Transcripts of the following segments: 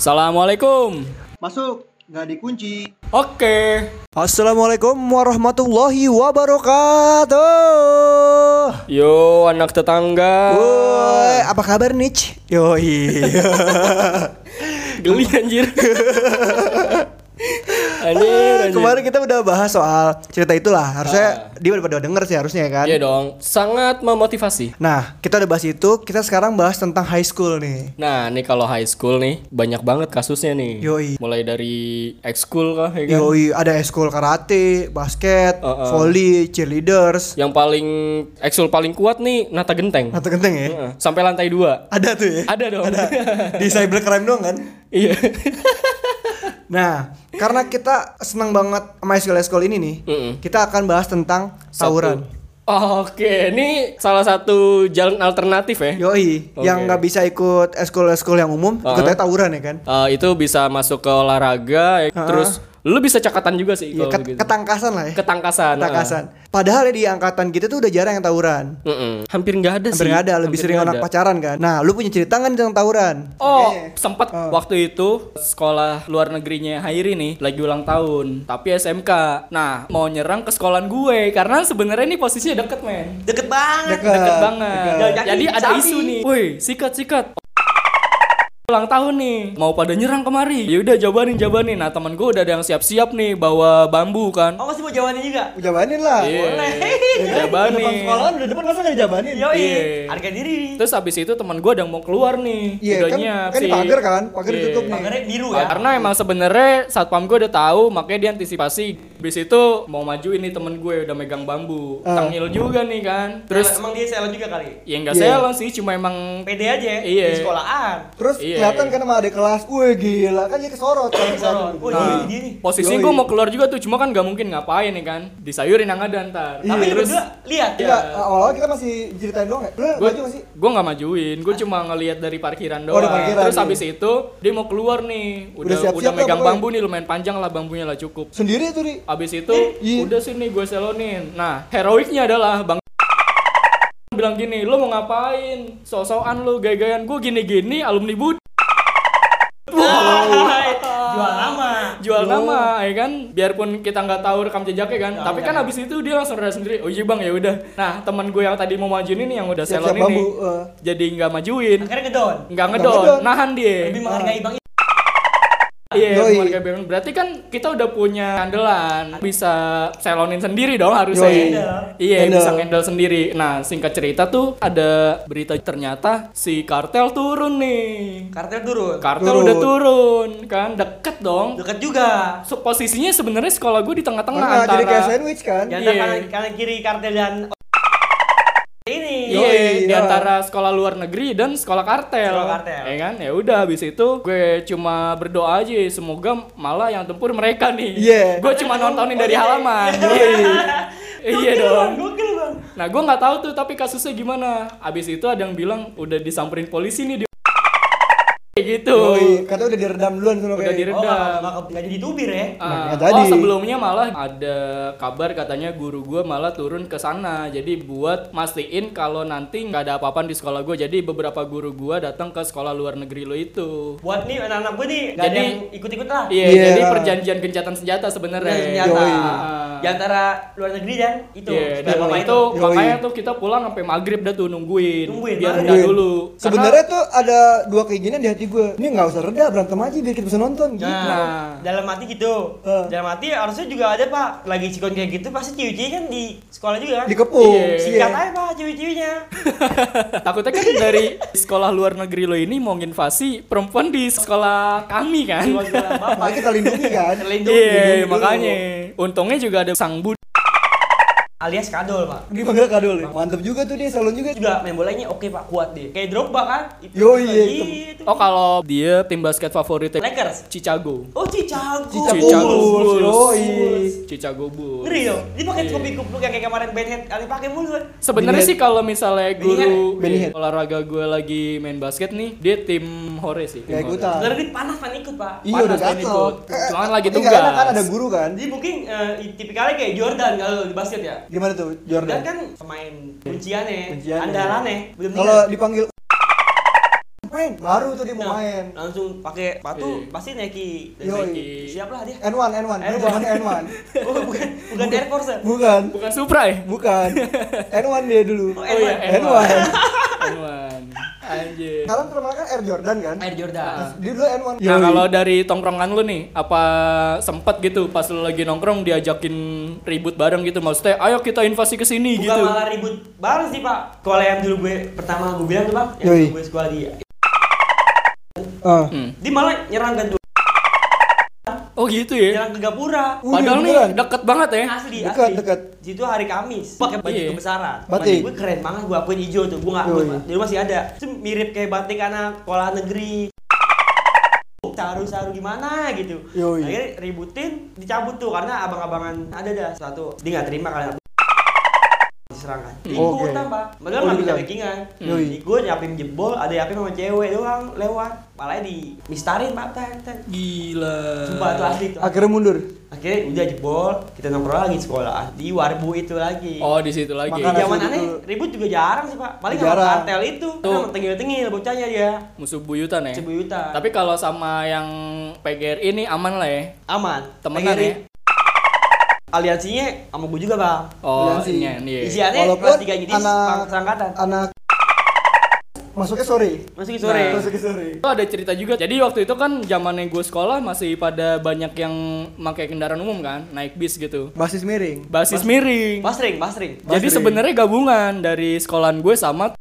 Assalamualaikum. Masuk, nggak dikunci. Oke. Assalamualaikum warahmatullahi wabarakatuh. Yo, anak tetangga. Woi, apa kabar Nich? Yoi. Geli anjir. Anjir. Kemarin kita udah bahas soal cerita itulah. Harusnya dia udah pada denger sih harusnya kan. Iya dong, sangat memotivasi. Nah, kita udah bahas itu. Kita sekarang bahas tentang high school nih. Nah, nih kalau high school nih banyak banget kasusnya nih. Yoi. Mulai dari ekskul kah, ya kan? Yoi, ada ekskul karate, basket, volley, cheerleaders. Yang paling ekskul paling kuat nih Nata Genteng. Atau genteng ya? Sampai lantai 2. Ada tuh ya? Ada dong. Ada. Di cybercrime doang kan? Iya. Nah, karena kita senang banget sama school ini nih, kita akan bahas tentang tawuran. Oke, ini salah satu jalan alternatif ya. Yoi, yang nggak bisa ikut eskul yang umum, ikutnya tawuran ya kan? Itu bisa masuk ke olahraga, terus lu bisa cakatan juga sih Iya, kalau begitu. ketangkasan lah ya. Ketangkasan. Padahal ya di angkatan kita tuh udah jarang yang tawuran. Hampir nggak ada sih. Hampir nggak ada, lebih Hampir sering nggak anak ada. pacaran kan. Nah, lu punya cerita nggak tentang tawuran? Oh, sempat waktu itu sekolah luar negerinya Hairi nih lagi ulang tahun, tapi SMK. Nah, mau nyerang ke sekolahan gue karena sebenarnya ini posisinya deket, men. Deket banget. Deket banget. Deket. Jadi ada Sapi. isu nih. Woi, sikat. Ulang tahun nih, mau pada nyerang kemari. Ya udah jabanin. Nah, teman gue udah ada yang siap-siap nih bawa bambu kan. Oh, masih mau jawabannya juga? Jabanin lah. Iya. Boleh. Jabanin. Depan sekolah kan udah depan masa nggak dijabanin? Yoi, Iya. harga diri. Terus habis itu teman gue ada yang mau keluar nih. Iya Udah kan, nyiap kan di sih. pagar kan, pagar Iya. ditutup nih. Pagarnya biru ya? Karena emang sebenarnya satpam gue udah tahu, makanya dia antisipasi. Habis itu mau majuin nih temen gue udah megang bambu, tengil juga nih kan. Terus emang dia salon juga kali? ya nggak Iya. selon sih, cuma emang Pede aja Iya. di sekolahan. Terus Iya. kelihatan kan sama adik kelas, wih gila kan dia kesorot kan. Salon. Oh, Nah, dia nih. posisinya Yoi. gue mau keluar juga tuh, cuma kan nggak mungkin ngapain nih kan, disayurin yang ada ntar. Tapi lu terus berdua lihat ya. Enggak, awal kita masih ceritain doang ya. Lu maju nggak sih? gue nggak majuin, gue cuma ngelihat dari parkiran doang. dari parkiran, Terus iya. habis itu dia mau keluar nih, Udah siap-siap udah lah megang pokoknya. bambu nih, lumayan panjang lah bambunya lah cukup. Sendiri tuh di. Abis itu Iya. udah sini gue selonin. Nah, heroiknya adalah Bang bilang gini, lo mau ngapain? So-soan lo, gaya-gayaan gue gini-gini, alumni bud. Jual nama. Jual nama, ya kan? Biarpun kita nggak tahu rekam jejaknya kan. Ya, Tapi kan abis itu dia langsung rada sendiri. Oh iya bang, ya udah. Nah, teman gue yang tadi mau majuin ini, yang udah Siap-siap selon ini, bambu, jadi nggak majuin, Akhirnya ngedon. nggak ngedon. ngedon, nahan dia. Lebih menghargai Bang. Iya, Yoi. keluarga BM. Berarti kan kita udah punya andalan, bisa selonin sendiri dong harusnya. Yoi. Iya, Handle. bisa handle sendiri. Nah, singkat cerita tuh ada berita ternyata si kartel turun nih. Kartel turun. Kartel Turun. udah turun, kan deket dong. Deket juga. So, posisinya sebenarnya sekolah gue di tengah-tengah Mana jadi kayak antara sandwich kan? Di antara Iya. kanan kiri kartel dan ini. Iya, di Yoi. antara sekolah luar negeri dan sekolah kartel. Sekolah kartel. Ya kan? Ya udah habis itu gue cuma berdoa aja semoga malah yang tempur mereka nih. Iya. Gue cuma nontonin dari halaman. Iya dong. Gokil Bang. Nah, gue nggak tahu tuh tapi kasusnya gimana. Abis itu ada yang bilang udah disamperin polisi nih kayak gitu. Yoi, kata udah diredam duluan sama Udah kayak. diredam. Nggak jadi tubir ya? Nggak jadi. Sebelumnya malah ada kabar katanya guru gue malah turun ke sana. Jadi buat mastiin kalau nanti nggak ada apa-apa di sekolah gue. Jadi beberapa guru gue datang ke sekolah luar negeri lo itu. Buat nih anak-anak gue nih nggak ada Jadi- yang ikut-ikut lah. Iya, Iya. jadi perjanjian gencatan senjata sebenarnya. Senjata. Yoi. Di antara luar negeri dan itu. Iya, dan dan bapak itu Yoi. makanya tuh kita pulang sampai maghrib dah tuh nungguin biar Nungguin. reda dulu. Sebenarnya tuh ada dua keinginan di hati gue. Ini nggak usah reda, berantem aja biar kita bisa nonton. Gitu. Nah. dalam hati gitu. Dalam hati harusnya juga ada Pak. Lagi sikon kayak gitu pasti ciwi-ciwi kan di sekolah juga kan. Dikepung. Iya. Sikat aja Pak ciwi-ciwinya. Takutnya kan dari sekolah luar negeri lo ini mau nginvasi perempuan di sekolah kami kan. Cuma sekolah bapak. Makanya kita lindungi kan. Terlindungi. Iya, dulu. makanya. Untungnya juga ada sang bud. Alias kadol Pak. Dipanggil kadul. Mantep juga tuh dia, salon juga. Juga main bolanya oke Pak, kuat deh. Kayak Drogba kan? Yoi, iya, Itu. Oh, kalau dia tim basket favoritnya Lakers. Chicago. Oh Chicago. Chicago Bulls. Yoi. Chicago Bulls. Ngeri dong. Dia pakai Iya. topi kupluk yang kayak kemarin Benhead kali pakai mulu kan. Sebenarnya sih kalau misalnya guru Benny Head. olahraga gue lagi main basket nih, dia tim hore sih. Tim Ya hore. ikutan. Sebenarnya dia panas kan ikut Pak. Iya Panas udah kan gatel. ikut. Cuman lagi Tapi nggak enak tugas. kan ada guru kan. Jadi mungkin tipikalnya kayak Jordan kalau di basket ya. Gimana tuh Jordan? Jordan kan pemain kunciannya, Kunciannya. andalannya belum Kalau dipanggil main. Baru tuh dia mau main. Langsung pakai sepatu, pasti Nike. Yoi. Siap lah dia. N1. Dulu zamannya N1. Oh, bukan Air Force. Ya? Bukan. Bukan Supra ya? Bukan. N1 dia dulu. Oh, iya, N1. N1. Anjir. Kalian pernah kan Air Jordan kan? Air Jordan. Dia dulu N1. Nah, kalau dari tongkrongan lu nih, apa sempet gitu pas lu lagi nongkrong diajakin ribut bareng gitu? Maksudnya, ayo kita invasi ke sini Bukan gitu. malah ribut bareng sih Pak. Kalau yang dulu pertama gue bilang tuh Bang, yang Yoi. dulu gue sekolah di Ah. dia malah nyerang ke Oh gitu ya? nyerang ke Gapura. Padahal nih beneran. deket banget ya. Asli. Dekat. Situ hari Kamis. Pakai baju Iya. kebesaran. Batik. Baju gue keren banget, gue akuin hijau tuh. Gue Yoi. di rumah masih ada. Itu mirip kayak batik anak sekolah negeri. Saru-saru gimana gitu. Yoi. Akhirnya ributin, dicabut tuh karena abang-abangan ada dah satu. Dia nggak terima kalian diserangkan. Oke. Ikut tambah. Padahal nggak bisa Ikut. backingan. Yoi. Ikut nyapin jebol, ada yapin sama cewek doang lewat. Palanya di mistarin Pak. Gila. Sumpah itu asli tuh. Akhirnya mundur. Akhirnya udah jebol, kita nongkrong lagi sekolah di Warbu itu lagi. Oh, di situ lagi. Makan Di zaman nasi aneh dulu. ribut juga jarang sih Pak. Paling Jarang. sama kartel itu. Tuh. Kan tengil-tengil bocahnya dia. Musuh buyutan ya. Cibuyutan. Tapi kalau sama yang PGRI ini aman lah ya. aman. Temenan PGRI. ya. Aliansinya sama gue juga Bang. Oh, Aliansi. ini iya. Isiannya Walaupun kelas 3 jadi anak- seangkatan. Anak masuknya sore. Masuk sore. Nah. Masuknya sore. Itu ada cerita juga. Jadi waktu itu kan zamannya gue sekolah masih pada banyak yang pakai kendaraan umum kan, naik bis gitu. Basis miring. Basis miring. Basring. Jadi sebenarnya gabungan dari sekolahan gue sama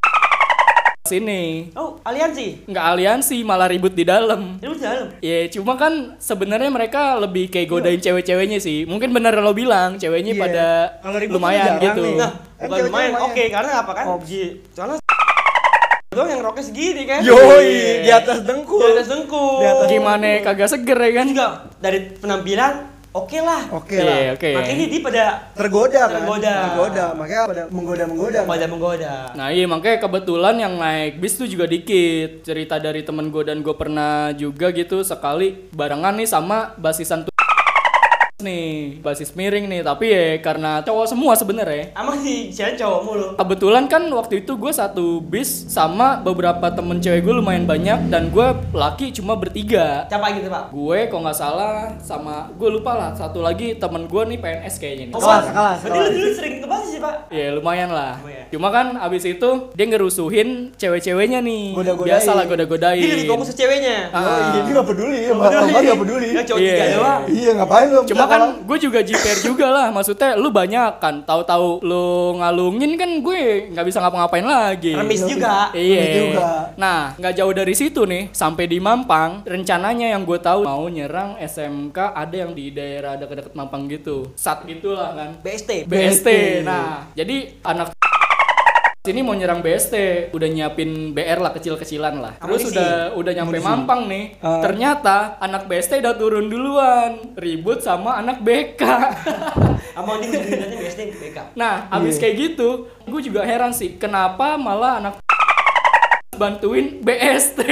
sini. Oh, aliansi. Nggak aliansi, malah ribut di dalam. Ribut di dalam. Ya cuma kan sebenarnya mereka lebih kayak godain cewek-ceweknya sih. Mungkin bener lo bilang, ceweknya Iya. pada Kalau ribut lumayan kan jarang gitu. nih. Nah, Kan bukan cewek-cewek lumayan. lumayan. Oke, karena apa kan? Oh. Soalnya doang yang roknya segini kan. Yoi, di atas dengkul. Di atas dengkul. Di atas Gimana kagak seger ya kan? Juga dari penampilan oke lah. Oke lah. Iya, oke. Makanya dia pada Tergoda kan? Tergoda. Makanya pada menggoda. menggoda. Nah iya makanya kebetulan yang naik bis tuh juga dikit. Cerita dari temen gue dan gue pernah juga gitu sekali barengan nih sama basisan tuh nih, basis miring nih. Tapi ya karena cowok semua sebenarnya. Emang sih saya cowok mulu. Kebetulan kan waktu itu gue satu bis sama beberapa temen cewek gue lumayan banyak dan gue laki cuma bertiga. Siapa gitu Pak? Gue kok nggak salah sama gue lupa lah satu lagi temen gue nih PNS kayaknya nih. Kelas. Berarti lu dulu sering ke basis sih Pak? Ya lumayan lah. Lumayan. Cuma kan abis itu dia ngerusuhin cewek-ceweknya nih. Goda-godain. Biasa lah goda-godain. Dia lebih fokus ke ceweknya. Ah. Iya, dia nggak peduli, nggak peduli. Yang cowok Iya. tiga doang. Iya, ngapain lu? Cuma kan gue juga jiper juga lah. Maksudnya lu banyak kan. Tahu-tahu lu ngalungin kan gue nggak bisa ngapa-ngapain lagi. Remis juga. Iya. Remis juga. Nah, nggak jauh dari situ nih, sampai di Mampang, rencananya yang gue tahu mau nyerang SMK ada yang di daerah dekat-dekat Mampang gitu. Sat gitulah kan. BST. BST. Nah, jadi anak sini mau nyerang BST, udah nyiapin BR lah kecil-kecilan lah. Terus Amunisi. udah nyampe Mampang nih. Ternyata anak BST udah turun duluan, ribut sama anak BK. Sama dia berjudulnya BST BK. Nah, abis kayak gitu, gue juga heran sih, kenapa malah anak bantuin BST.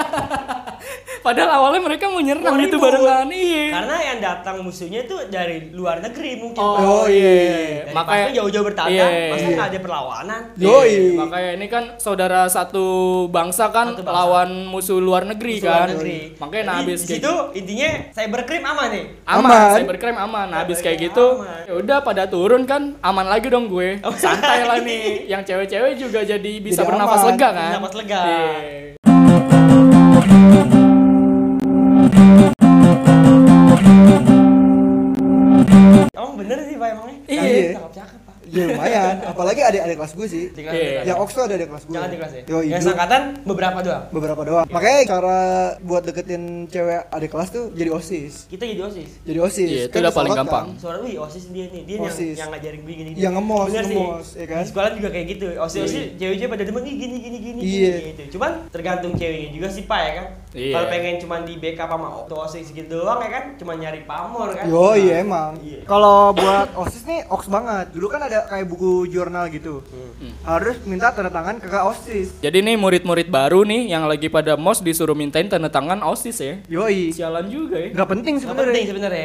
Padahal awalnya mereka mau nyerang Mau gitu ribut. barengan. Iya. Karena yang datang musuhnya tuh dari luar negeri mungkin. Oh, Pak. iya. Dari Makanya pasti jauh-jauh bertandang, iya. masa nggak ada perlawanan. Yoi. Makanya ini kan saudara satu bangsa kan Satu bangsa. lawan musuh luar negeri Musuh kan. luar negeri. Makanya Jadi, nah habis di kayak situ intinya cybercrime aman nih. aman, cybercrime aman. Nah, habis kayak Cybercrime gitu, aman. ya udah pada turun kan, aman lagi dong gue. Oh, Santai lah nih. Yang cewek-cewek juga jadi bisa Jadi bernafas aman. lega kan. Bernafas lega. Iya. Emang bener sih Pak emangnya? Iya. Cakep-cakep Pak. Ya lumayan, apalagi adik kelas gue sih. Tinggal Iya. Yang Ox tuh ada adik kelas gue. Jangan di kelas ya. Yoi, Yang dulu seangkatan beberapa doang. beberapa doang. Makanya cara buat deketin cewek adik kelas tuh jadi OSIS. Kita jadi OSIS. Jadi OSIS. Iya, itu Kan udah paling disorot gampang. kan. Suara lu OSIS dia nih. Dia OSIS. yang ngajarin gue gini. Yang ngemos, Bener ngemos, sih. ya kan? Di sekolah juga kayak gitu. OSIS cewek-cewek pada demen "Ih, gini Iya. gitu. Cuman tergantung ceweknya juga sih Pak ya kan. Iya. Kalau pengen cuman di backup sama OSIS gitu doang ya kan, cuma nyari pamor kan. Yo iya emang. Iya. Kalau buat OSIS nih Ox banget. Dulu kan ada kayak buku jurnal gitu. Harus minta tanda tangan ke OSIS. Jadi nih murid-murid baru nih yang lagi pada MOS disuruh mintain tanda tangan OSIS ya. Yoi. Sialan juga ya. Gak penting Nggak penting sebenarnya. sebenarnya.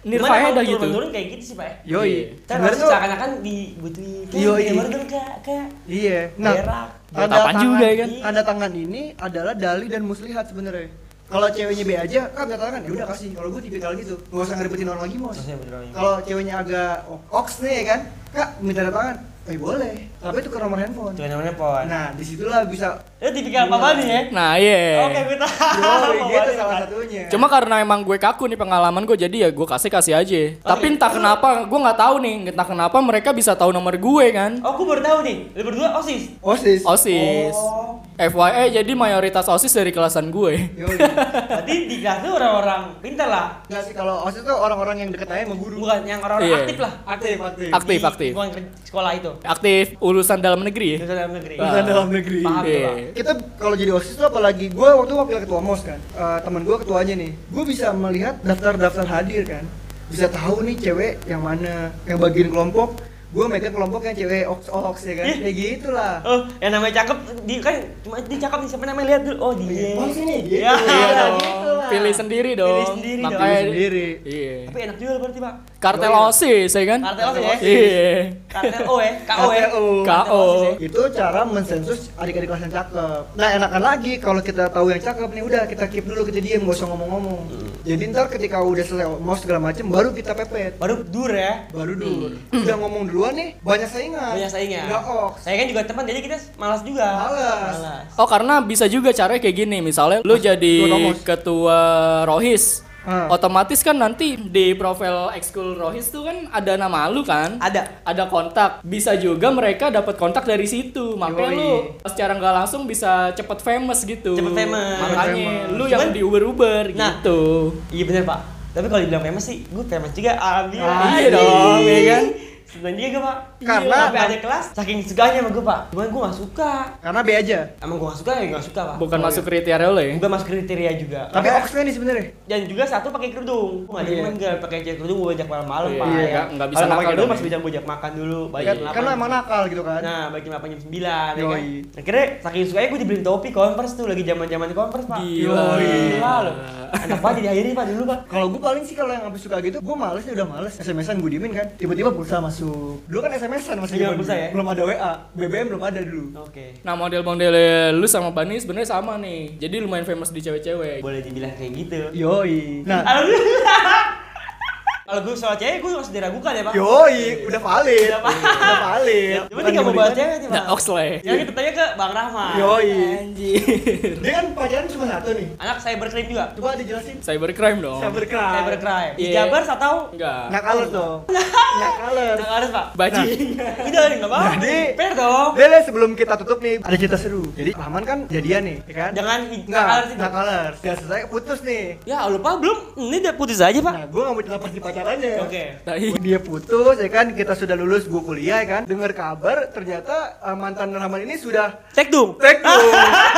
nirfaedah gitu. Turun kayak gitu sih Pak. Yoi. Kan Sebenarnya tuh seakan-akan dibutuhin. Yoi. Kak. iya. Nah, Berak. Buat apaan juga ya kan? Tanda tangan ini adalah dalih dan muslihat sebenarnya. Kalau ceweknya B aja, kan tanda tangan ya udah kasih. Kalau gue tipikal gitu, nggak usah ngeribetin orang lagi, Mos. Kalau ceweknya agak oks nih ya kan, Kak minta tanda tangan, boleh. Tapi itu ke nomor handphone. Itu namanya pon. Nah, disitulah bisa. Tipikal apa nih ya? Nah, iya. Oke, gue tahu. Yoi, gitu Apaan salah nih, satunya. Cuma karena emang gue kaku nih pengalaman gue, jadi ya gue kasih aja. Tapi entah kenapa, gue nggak tahu nih, entah kenapa mereka bisa tahu nomor gue kan. Oh, gue baru tahu nih. Lu berdua OSIS. OSIS. OSIS. Oh. FYI, jadi mayoritas OSIS dari kelasan gue. Yoi. Berarti di kelas lu orang-orang pintar lah. Nggak sih, kalau OSIS tuh orang-orang yang deket aja sama guru. Bukan yang orang-orang Iya. aktif lah. Aktif. Aktif. Di lingkungan sekolah itu. Aktif urusan dalam negeri ya. Di dalam negeri. Urusan dalam negeri. Paham tuh, Iya. Pak. Kita kalau jadi OSIS tuh apalagi gue waktu wakil ketua MOS kan, teman gue ketuanya nih, gue bisa melihat daftar hadir kan, bisa tahu nih cewek yang mana yang bagian kelompok, gue megang kelompok yang cewek oks ya kan, kayak gitulah. Oh, yang namanya cakep, kan cuma dia cakep nih, siapa namanya lihat dulu. Oh, dia. Oh sini, gitu. Iya. Iya dong. gitu lah. Pilih sendiri dong. Pilih sendiri dong. Makanya- Pilih sendiri. Iya. Tapi enak juga berarti, Pak. Kartel Oh, iya. OSIS ya kan? Kartel OSIS ya? Iya. Kartel O ya? KO ya? KO. Kartel KO. OSIS ya? Itu cara mensensus adik-adik kelas yang cakep. Nah enakan lagi kalau kita tahu yang cakep nih, udah kita keep dulu, kita diem, gak usah ngomong-ngomong. Jadi ntar ketika udah selesai mau segala macem, baru kita pepet. Baru dur ya? Baru dulu. Udah ngomong duluan nih, banyak saingan. Banyak saingnya. Nggak oks. Saya kan juga teman, jadi kita malas juga. Malas. Oh, karena bisa juga caranya kayak gini. Misalnya lu jadi ketua Tomos. ketua Rohis. Ah. Otomatis kan nanti di profil ekskul Rohis tuh kan ada nama lu kan? Ada kontak. Bisa juga mereka dapat kontak dari situ. Makanya Yoi. lu secara nggak langsung bisa cepet famous gitu. Cepet famous. Makanya Famous. lu yang Cuman- di Uber Nah. gitu. Iya bener, Pak. Tapi kalau dibilang famous sih, gue famous juga. Alhamdulillah. Iya dong, ya kan? Sebenarnya gue, Pak. Karena- sampai ada kelas, saking sukanya sama gue, Pak. Cuman gue gak suka. Karena B aja. Emang gue gak suka ya gak suka, Pak. Bukan masuk kriteria lo ya? Bukan masuk kriteria juga. Tapi Karena- oksnya nih sebenarnya. dan juga satu pakai kerudung. Gue gak Iya. demen gak pakai kerudung, gue bajak malam-malam, Iya, Pak. iya, Ya. nggak bisa Kalau pakai nakal kerudung dong, masih ya. bisa bajak makan dulu, balik Kan, jam 8. karena emang nakal gitu kan. Nah, bagi jam 8 jam 9 ya kan. Yoi. Akhirnya saking sukanya gue dibeliin topi Converse tuh, lagi zaman-zaman Converse, Pak. Gila. Gila loh. Enak banget diakhiri, Pak, dulu, Pak. Kalau gue paling sih kalau yang sampai suka gitu, gue males nih, udah males. SMS-an gue diemin kan. Tiba-tiba pulsa masuk. Dulu kan SMS-an masih Iya, zaman pulsa dulu. ya? Belum ada WA, BBM belum ada dulu. Oke. Nah, model-model lu sama Bani sebenarnya sama nih. Jadi lumayan famous di cewek-cewek. Boleh dibilang kayak gitu. Yoi. Nah, Alhamdulillah. Kalau gue soal cewek, gue harus diragukan ya, Pak. yoi, udah valid. Udah valid. Cuma dia gak mau bahas cewek nih, Pak. Nah, oks lah ya. Yang kita tanya ke Bang Rahmat. Yoi. Anjir. Dia kan pacaran cuma satu nih. Anak cybercrime juga. Coba dijelasin. Cybercrime dong. Cybercrime. Di Iya. Jabar atau Enggak. Nakalers dong. Nakalers. Nggak harus, Pak. Bajing. Udah, nggak apa-apa. Jadi- Fair dong. Dele sebelum kita tutup nih, ada cerita seru. Jadi Rahman kan jadian nih, ya kan? Jangan Nggak, itu. nakalers. Udah selesai putus nih. Ya, lupa belum? Ini udah putus aja, Pak. Nah, gue gak mau cerita pas di pacarannya. Oke. Tai. Dia putus, ya kan? Kita sudah lulus, gue kuliah, ya kan? Dengar kabar, ternyata mantan Rahman ini sudah Cek dong. take tuh.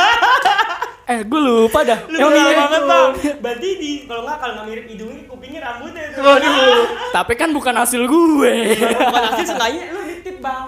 Gue lupa dah. Lu Emang kenal iya? banget, Bang. Berarti kalau nggak mirip hidungnya, kupingnya, rambutnya itu. Waduh. Tapi kan bukan hasil gue. Bukan hasil, seenggaknya lu nitip, Bang.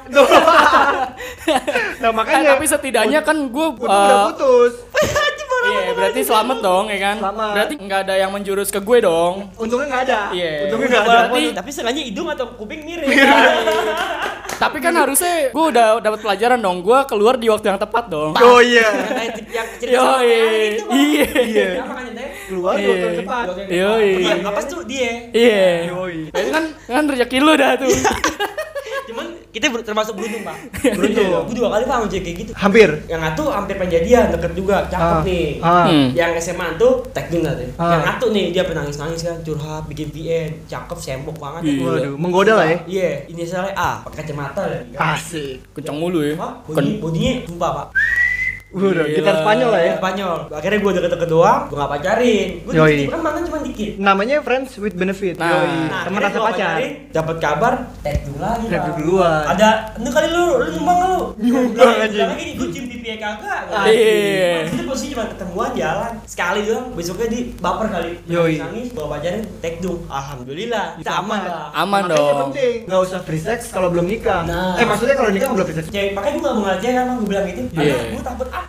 Nah, makanya Tapi setidaknya kan gue udah putus. iya, berarti selamat dong ya kan? Selamat. Berarti nggak ada yang menjurus ke gue dong. Untungnya nggak ada. Iya. Untungnya nggak ada. Berarti- Tapi seenggaknya hidung atau kuping mirip. Tapi kan harusnya gue udah dapat pelajaran dong. Gue keluar di waktu yang tepat dong. Oh iya. Yang cerita sama Yoi. kayak gitu, Bang. Iya. Apa kan ceritanya? Keluar Iya. dua tahun cepat. Yoi. Iya, apa tuh dia? Iya. Yoi. Itu kan rezeki lu dah tuh. Cuman kita termasuk beruntung, Pak. Beruntung. Gue 2 kali, Pak, sama cewek kayak gitu. Hampir. Yang satu hampir penjadian, deket juga, cakep nih. Yang SMA tuh teknik lah deh. Ah. Yang satu nih dia penangis-nangis kan, curhat, bikin VN, cakep, sembok banget. Iya. Waduh, menggoda lah ya. Iya, inisialnya A, pakai kacamata lagi. Asik. Kencang mulu ya. Hah? Bodinya sumpah, Pak. Udah, Gila. gitar Spanyol lah ya. Spanyol. Akhirnya gue deket-deket doang, gue gak pacarin. Gue Yoi. dikit, kan mantan cuma dikit. Namanya friends with benefit. Nah. Yoi. Teman akhirnya rasa gua pacar. pacarin, dapat kabar, tag dulu lagi. Tag Bang. duluan. Ada, ini kali lu nyumbang nggak lu? Nyumbang, anjing. Lagi nih, gue cium pipi kagak. Iya. Itu posisi cuma ketemuan jalan sekali doang. Besoknya di baper kali. Yoi. Nangis, bawa pacarin, tag dong. Alhamdulillah. Kita aman, Bang. Aman Makanya dong. penting, nggak usah free sex kalau belum nikah. Nah. Maksudnya kalau nikah belum free sex. Makanya gue gak mau ngeliat cewek kan, gue bilang gitu. Karena Iya. gue takut apes.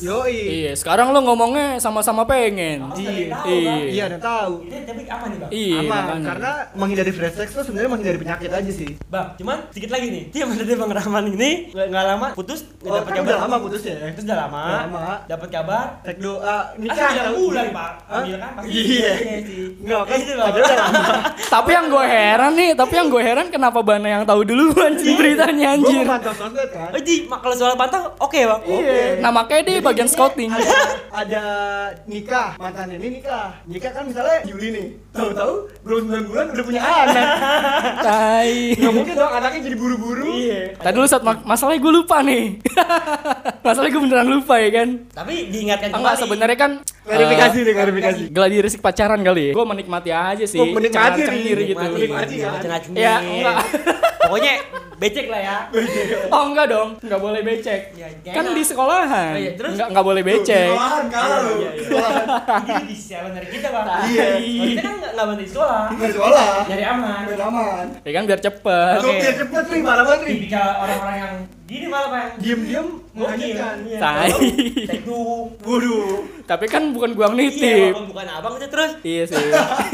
Yoi. Iya, sekarang lo ngomongnya sama-sama pengen. Iya, udah tahu. Ini tapi aman nih bang. Iya, Aman, makanya. karena menghindari fresh sex tuh sebenarnya menghindari penyakit aja sih. Bang, cuman sedikit lagi nih. Dia mana dia Bang Rahman ini nggak lama putus, nggak Oh, dapat kan kabar. udah lama putusnya ya? Putus udah lama. Udah lama. Dapat kabar. Tek doa Nikah nikah. bulan Pak. Hah? Ambil kan pasti. Iya. sih. Enggak, kan Gitu, Bang. padahal udah lama. Tapi yang gue heran kenapa Bana yang tahu duluan sih beritanya Gue anjir. memantau sosmed kan. Oh, Ji, kalau soal pantau oke Bang. Iya. Nah, makanya dia bagian scouting. Ada nikah, mantannya ini nikah. Nikah kan misalnya Juli nih. Tahu-tahu belum 9 bulan udah punya anak. Tai. Enggak mungkin dong anaknya jadi buru-buru. Iya. Tadi dulu saat masalahnya gue lupa nih. Masalahnya gue beneran lupa ya kan. Tapi diingatkan Enggak, sebenarnya kan Klarifikasi nih, klarifikasi. gladi risik pacaran kali ya. Gue menikmati aja sih. Oh, menikmati nih. Cengir gitu. Menikmati ya. Ya, enggak. Pokoknya becek lah ya. Oh enggak dong, enggak boleh becek. Ya, Kan di sekolahan. Oh, iya, terus? Enggak boleh becek. Sekolahan kalah lu. Sekolahan. Ini di sialan dari kita Bang. Iya. Kalau kita kan nggak bantu di sekolah. Nggak sekolah. Nyari aman. Biar aman. Ya kan biar cepet. Tuh biar cepet nih, parah banget nih. Tipikal orang-orang yang gini malah Bang. Diem-diem mengagetkan. Iya. Tai. Teknik. Waduh. Tapi kan bukan gua yang Iya, nitip. walaupun bukan abang itu terus. Iya sih.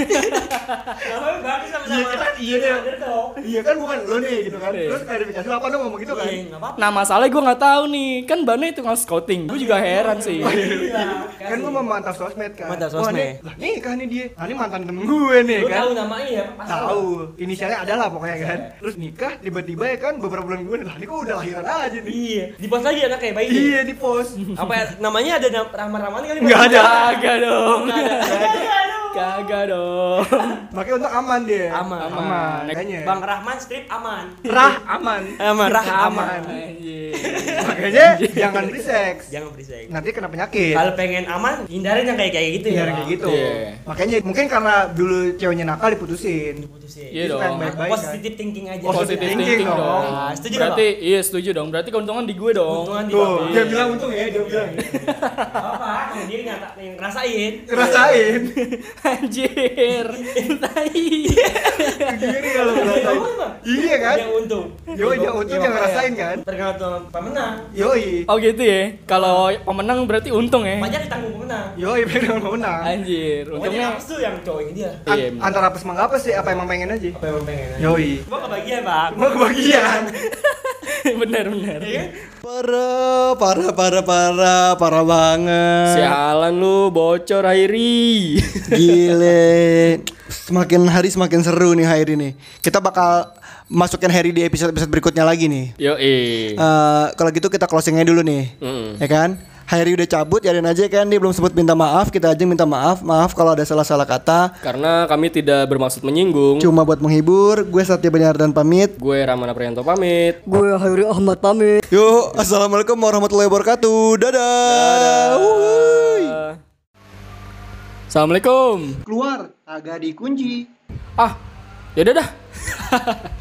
Namanya bagus sama-sama. Iya kan, iya deh. Ada dong. Iya kan bukan lo nih gitu kan. Iya. Terus klarifikasi lu apa dong ngomong gitu kan? Iya, nggak apa-apa. Nah masalahnya gue nggak tahu nih, kan Bana itu nggak scouting, gue juga heran sih. Iya. Kan gua memantau sosmed kan. Mantap Wah, sosmed. nih, lah nikah nih dia. Ah, ini mantan temen gue nih Lu kan. tahu namanya ya? Pasti Tahu, inisialnya adalah pokoknya kan. Terus nikah tiba-tiba ya kan beberapa bulan gue lah ini kok udah lahiran aja nih. Iya. Di post lagi anaknya bayi. Iya di post. Apa ya, namanya ada Rahman kali? Nggak ada. Kagak dong. Kagak ada. Kagak dong. Makanya untuk aman dia. Aman. Aman. Makanya. Bang Rahman strip aman. Rah aman. Rah Aman. Anjir. Makanya jangan free sex. Jangan berisik. Nanti kena penyakit. Kalau pengen aman, hindarin yang kayak gitu ya. Biar kayak gitu. Iya. Makanya mungkin karena dulu ceweknya nakal diputusin. Putusin. Iya Itu dong. kan baik-baik, Positive thinking aja. Positive thinking thinking dong. dong. Nah, setuju Berarti iya setuju dong. Berarti keuntungan di gue dong. Keuntungan di Tuh, Bapak. dia bilang untung ya, dia bilang. Apa? Dia nyata yang ngerasain. Ngerasain. Anjir. Tai. Gini kalau ngerasain. Iya kan? Yang untung. Yoi, dia untung dia ngerasain kan? Tergantung pemenang. Yoi. Oh gitu ya. Kalau pemenang berarti untung ya. Pajak ditanggung pemenang. Yoi, pengen menang. Anjir. Pokoknya Untungnya nafsu yang cowoknya dia. Iya, bener. Antara apes mengapa sih? Apa emang pengen aja? Apa yang pengen? Yoi. Gua kebagian, Bang. Mau kebagian. bener. Iya kan? Parah banget. Sialan lu bocor Hairi. Gile. Semakin hari semakin seru nih Hairi nih. Kita bakal masukin Harry di episode-episode berikutnya lagi nih. Yoi. Kalau gitu kita closingnya dulu nih, ya kan? Harry udah cabut, yarin aja kan dia belum sempat minta maaf, kita aja minta maaf kalau ada salah-salah kata. Karena kami tidak bermaksud menyinggung. Cuma buat menghibur, gue Satya Benyardan pamit. Gue Ramana Priyanto pamit. Gue Hairi Ahmad pamit. Yuk, assalamualaikum warahmatullahi wabarakatuh. Dadah. Wuih. Assalamualaikum. Keluar, agak dikunci. Ah, yaudah dah.